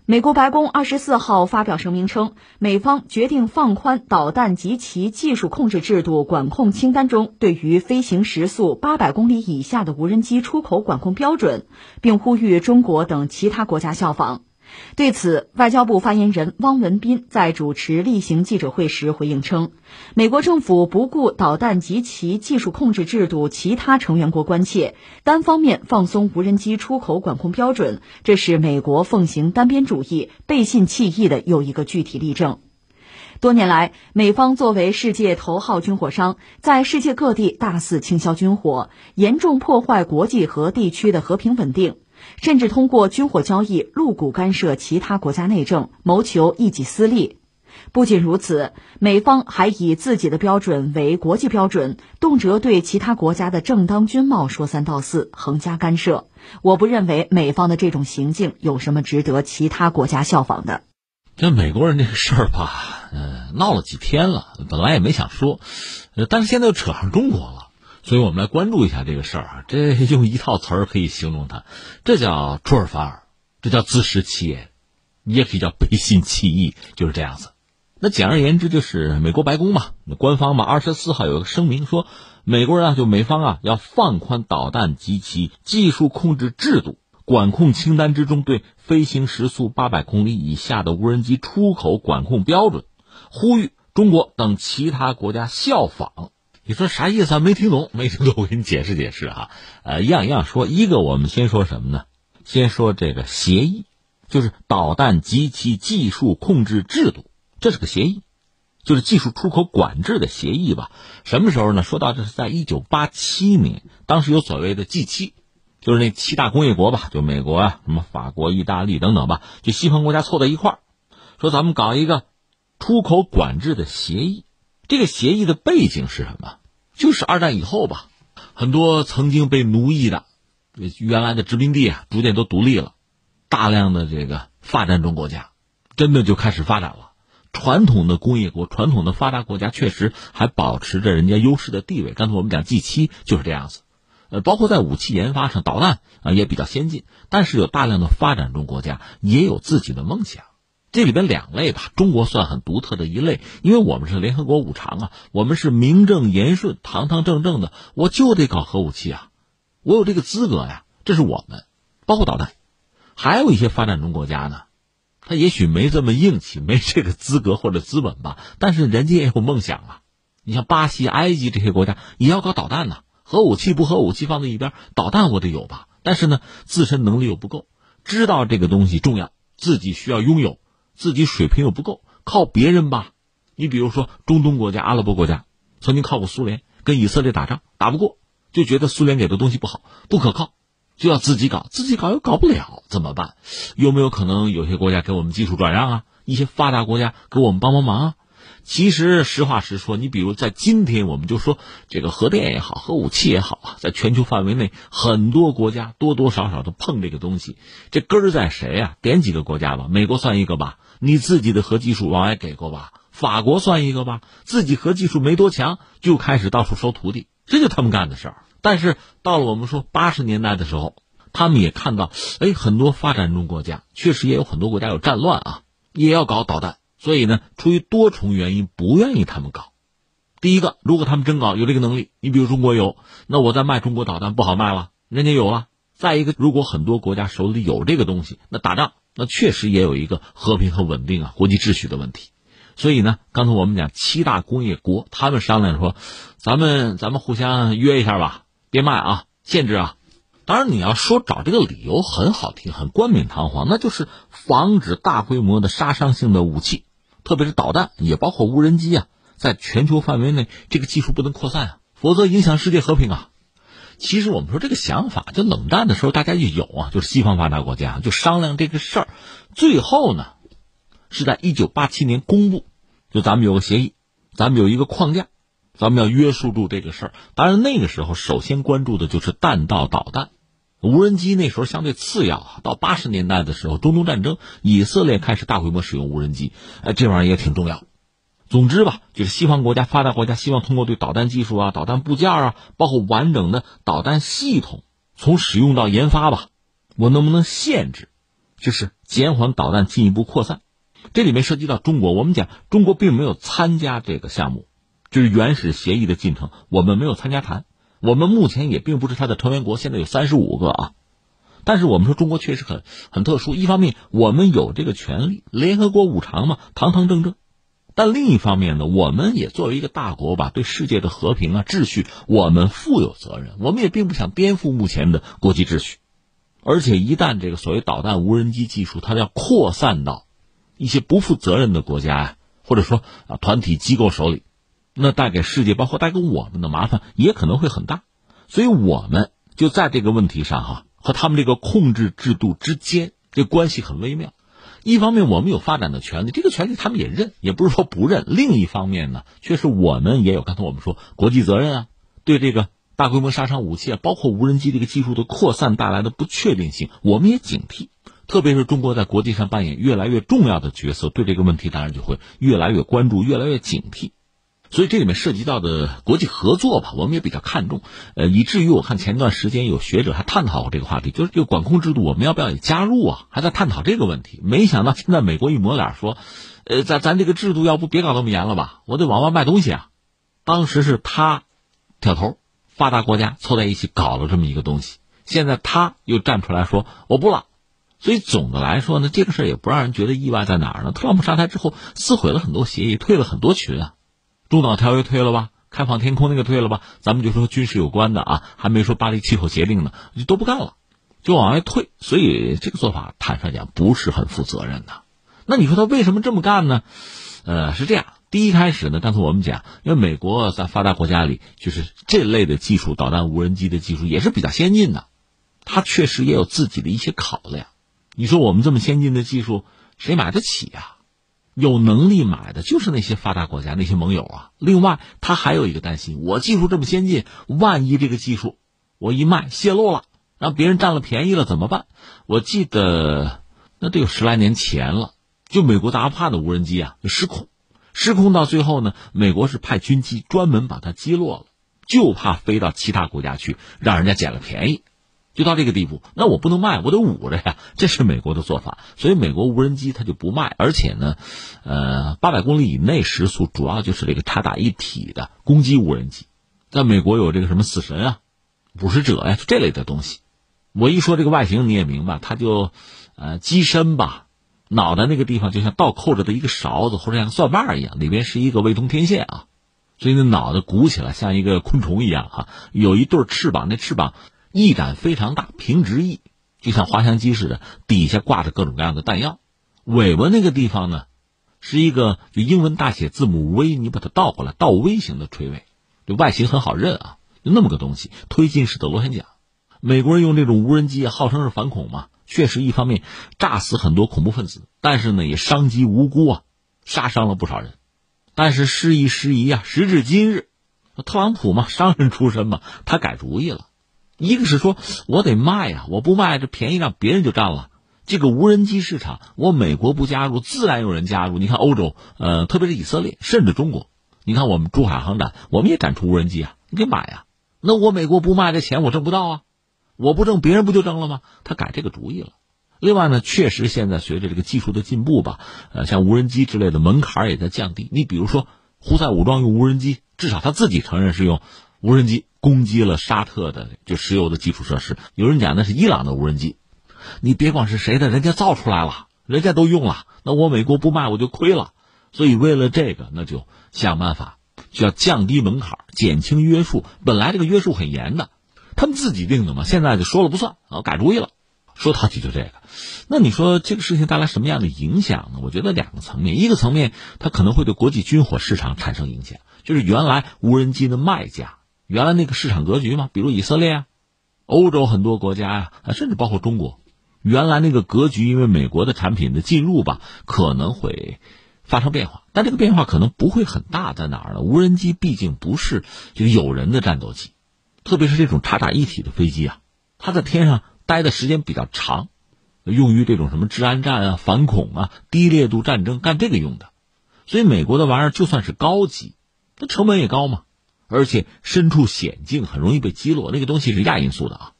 美国白宫24号发表声明称，美方决定放宽导弹及其技术控制制度管控清单中对于飞行时速800公里以下的无人机出口管控标准，并呼吁中国等其他国家效仿。对此，外交部发言人汪文斌在主持例行记者会时回应称，美国政府不顾导弹及其技术控制制度其他成员国关切，单方面放松无人机出口管控标准，这是美国奉行单边主义、背信弃义的又一个具体例证。多年来，美方作为世界头号军火商，在世界各地大肆倾销军火，严重破坏国际和地区的和平稳定，甚至通过军火交易露骨干涉其他国家内政，谋求一己私利。不仅如此，美方还以自己的标准为国际标准，动辄对其他国家的正当军贸说三道四，横加干涉。我不认为美方的这种行径有什么值得其他国家效仿的。 这美国人这个事儿吧，闹了几天了，本来也没想说，但是现在又扯上中国了，所以我们来关注一下这个事儿啊。这用一套词儿可以形容它，这叫出尔反尔，这叫自食其言，也可以叫背信弃义，就是这样子。那简而言之，就是美国白宫嘛，官方嘛，24号有个声明说，美国人啊，就美方啊，要放宽导弹及其技术控制制度管控清单之中对飞行时速800公里以下的无人机出口管控标准，呼吁中国等其他国家效仿。你说啥意思啊？没听懂，我给你解释解释啊。一样一样说。一个我们先说什么呢？先说这个协议，就是导弹及其技术控制制度，这是个协议，就是技术出口管制的协议吧。什么时候呢？说到这是在1987年，当时有所谓的 G7，就是那7大工业国吧，就美国啊、什么法国、意大利等等吧，就西方国家凑在一块儿，说咱们搞一个出口管制的协议。这个协议的背景是什么？就是二战以后吧，很多曾经被奴役的原来的殖民地啊，逐渐都独立了，大量的这个发展中国家真的就开始发展了。传统的工业国、传统的发达国家确实还保持着人家优势的地位。刚才我们讲 G7 就是这样子。包括在武器研发上，导弹啊也比较先进，但是有大量的发展中国家也有自己的梦想。这里边两类吧，中国算很独特的一类，因为我们是联合国五常啊，我们是名正言顺、堂堂正正的，我就得搞核武器啊，我有这个资格呀，这是我们。包括导弹，还有一些发展中国家呢，他也许没这么硬气，没这个资格或者资本吧，但是人家也有梦想啊。你像巴西、埃及这些国家也要搞导弹呢，核武器不核武器放在一边，导弹我得有吧，但是呢自身能力又不够，知道这个东西重要，自己需要拥有，自己水平又不够，靠别人吧。你比如说中东国家、阿拉伯国家曾经靠过苏联，跟以色列打仗打不过，就觉得苏联给的东西不好，不可靠，就要自己搞，自己搞又搞不了，怎么办？有没有可能有些国家给我们技术转让啊？一些发达国家给我们帮忙啊？其实实话实说，你比如在今天我们就说这个核电也好，核武器也好啊，在全球范围内很多国家多多少少都碰这个东西，这根儿在谁啊？点几个国家吧，美国算一个吧，你自己的核技术往外给过吧，法国算一个吧，自己核技术没多强就开始到处收徒弟，这就他们干的事儿。但是到了我们说80年代的时候，他们也看到很多发展中国家确实也有很多国家有战乱啊，也要搞导弹，所以呢出于多重原因不愿意他们搞。第一个，如果他们真搞有这个能力，你比如中国有，那我再卖中国导弹不好卖了，人家有了。再一个，如果很多国家手里有这个东西，那打仗那确实也有一个和平和稳定啊、国际秩序的问题。所以呢，刚才我们讲7大工业国，他们商量说咱们互相约一下吧，别卖啊，限制啊。当然你要说找这个理由很好听，很冠冕堂皇，那就是防止大规模的杀伤性的武器，特别是导弹，也包括无人机啊，在全球范围内这个技术不能扩散啊，否则影响世界和平啊。其实我们说这个想法，就冷战的时候大家就有啊，就是西方发达国家就商量这个事儿，最后呢是在1987年公布，就咱们有个协议，咱们有一个框架，咱们要约束住这个事儿。当然那个时候首先关注的就是弹道导弹，无人机那时候相对次要啊。到80年代的时候，中东战争，以色列开始大规模使用无人机，这玩意儿也挺重要。总之吧，就是西方国家、发达国家希望通过对导弹技术啊、导弹部件啊，包括完整的导弹系统，从使用到研发吧，我能不能限制，就是减缓导弹进一步扩散。这里面涉及到中国，我们讲中国并没有参加这个项目，就是原始协议的进程，我们没有参加谈，我们目前也并不是它的成员国，现在有35个啊。但是我们说中国确实很特殊，一方面我们有这个权利，联合国五常嘛，堂堂正正。但另一方面呢，我们也作为一个大国吧，对世界的和平啊、秩序，我们负有责任。我们也并不想颠覆目前的国际秩序。而且一旦这个所谓导弹无人机技术它要扩散到一些不负责任的国家呀，或者说团体机构手里，那带给世界包括带给我们的麻烦也可能会很大。所以我们就在这个问题上和他们这个控制制度之间这关系很微妙。一方面我们有发展的权利，这个权利他们也认，也不是说不认。另一方面呢，确实我们也有刚才我们说国际责任啊，对这个大规模杀伤武器啊，包括无人机这个技术的扩散带来的不确定性，我们也警惕。特别是中国在国际上扮演越来越重要的角色，对这个问题当然就会越来越关注，越来越警惕。所以这里面涉及到的国际合作吧，我们也比较看重，以至于我看前段时间有学者还探讨过这个话题，就是这个管控制度我们要不要也加入啊，还在探讨这个问题。没想到现在美国一抹脸说，咱这个制度要不别搞那么严了吧，我得往外卖东西啊。当时是他挑头，发达国家凑在一起搞了这么一个东西，现在他又站出来说我不了。所以总的来说呢，这个事儿也不让人觉得意外在哪儿呢？特朗普上台之后撕毁了很多协议，退了很多群啊。中导条约退了吧，开放天空那个退了吧，咱们就说军事有关的啊，还没说巴黎气候协定呢，就都不干了，就往外退。所以这个做法坦率讲不是很负责任的。那你说他为什么这么干呢？是这样，第一开始呢，刚才我们讲，因为美国在发达国家里，就是这类的技术，导弹无人机的技术也是比较先进的，它确实也有自己的一些考量。你说我们这么先进的技术，谁买得起啊？有能力买的就是那些发达国家，那些盟友啊。另外他还有一个担心，我技术这么先进，万一这个技术我一卖泄露了，让别人占了便宜了怎么办？我记得那得有10来年前了，就美国的阿富汗的无人机啊就失控到最后呢，美国是派军机专门把它击落了，就怕飞到其他国家去让人家捡了便宜，就到这个地步。那我不能卖，我得捂着呀，这是美国的做法。所以美国无人机它就不卖，而且呢800公里以内时速主要就是这个插打一体的攻击无人机。在美国有这个什么死神啊、捕食者呀，就这类的东西。我一说这个外形你也明白，它就机身吧，脑袋那个地方就像倒扣着的一个勺子或者像蒜瓣一样，里边是一个微通天线啊，所以那脑袋鼓起来像一个昆虫一样啊，有一对翅膀，那翅膀翼展非常大，平直翼，就像滑翔机似的，底下挂着各种各样的弹药。尾巴那个地方呢，是一个就英文大写字母 V， 你把它倒过来，倒 V 型的垂尾，就外形很好认啊，就那么个东西，推进式的螺旋桨。美国人用这种无人机号称是反恐嘛，确实一方面炸死很多恐怖分子，但是呢也伤及无辜啊，杀伤了不少人。但是时移啊，时至今日，特朗普嘛，商人出身嘛，他改主意了。一个是说我得卖啊，我不卖这便宜让别人就占了。这个无人机市场，我美国不加入，自然有人加入。你看欧洲，特别是以色列，甚至中国，你看我们珠海航展，我们也展出无人机啊，你得买啊。那我美国不卖，这钱我挣不到啊，我不挣，别人不就挣了吗？他改这个主意了。另外呢，确实现在随着这个技术的进步吧，像无人机之类的门槛也在降低。你比如说，胡塞武装用无人机，至少他自己承认是用无人机攻击了沙特的就石油的基础设施。有人讲那是伊朗的无人机，你别管是谁的，人家造出来了，人家都用了，那我美国不卖我就亏了。所以为了这个，那就想办法，就要降低门槛，减轻约束。本来这个约束很严的，他们自己定的嘛，现在就说了不算，改主意了。说到底就这个。那你说这个事情带来什么样的影响呢？我觉得2个层面。一个层面，它可能会对国际军火市场产生影响，就是原来无人机的卖家，原来那个市场格局嘛，比如以色列啊、欧洲很多国家甚至包括中国，原来那个格局因为美国的产品的进入吧，可能会发生变化。但这个变化可能不会很大，在哪儿呢？无人机毕竟不是这个有人的战斗机，特别是这种插打一体的飞机啊，它在天上待的时间比较长，用于这种什么治安战啊、反恐啊、低烈度战争干这个用的。所以美国的玩意儿就算是高级，那成本也高嘛，而且身处险境，很容易被击落，那个东西是亚音速的啊。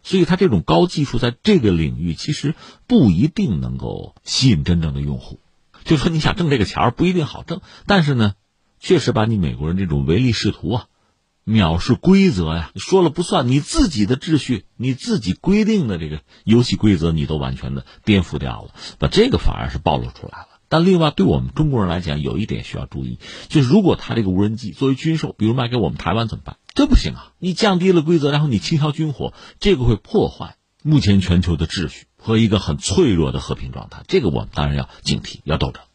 所以它这种高技术在这个领域其实不一定能够吸引真正的用户。就说你想挣这个钱不一定好挣，但是呢，确实把你美国人这种唯利是图藐视规则呀，说了不算，你自己的秩序，你自己规定的这个游戏规则，你都完全的颠覆掉了，把这个反而是暴露出来了。但另外对我们中国人来讲，有一点需要注意，就是如果他这个无人机作为军售，比如卖给我们台湾怎么办？这不行啊！你降低了规则，然后你倾销军火，这个会破坏目前全球的秩序和一个很脆弱的和平状态，这个我们当然要警惕，要斗争。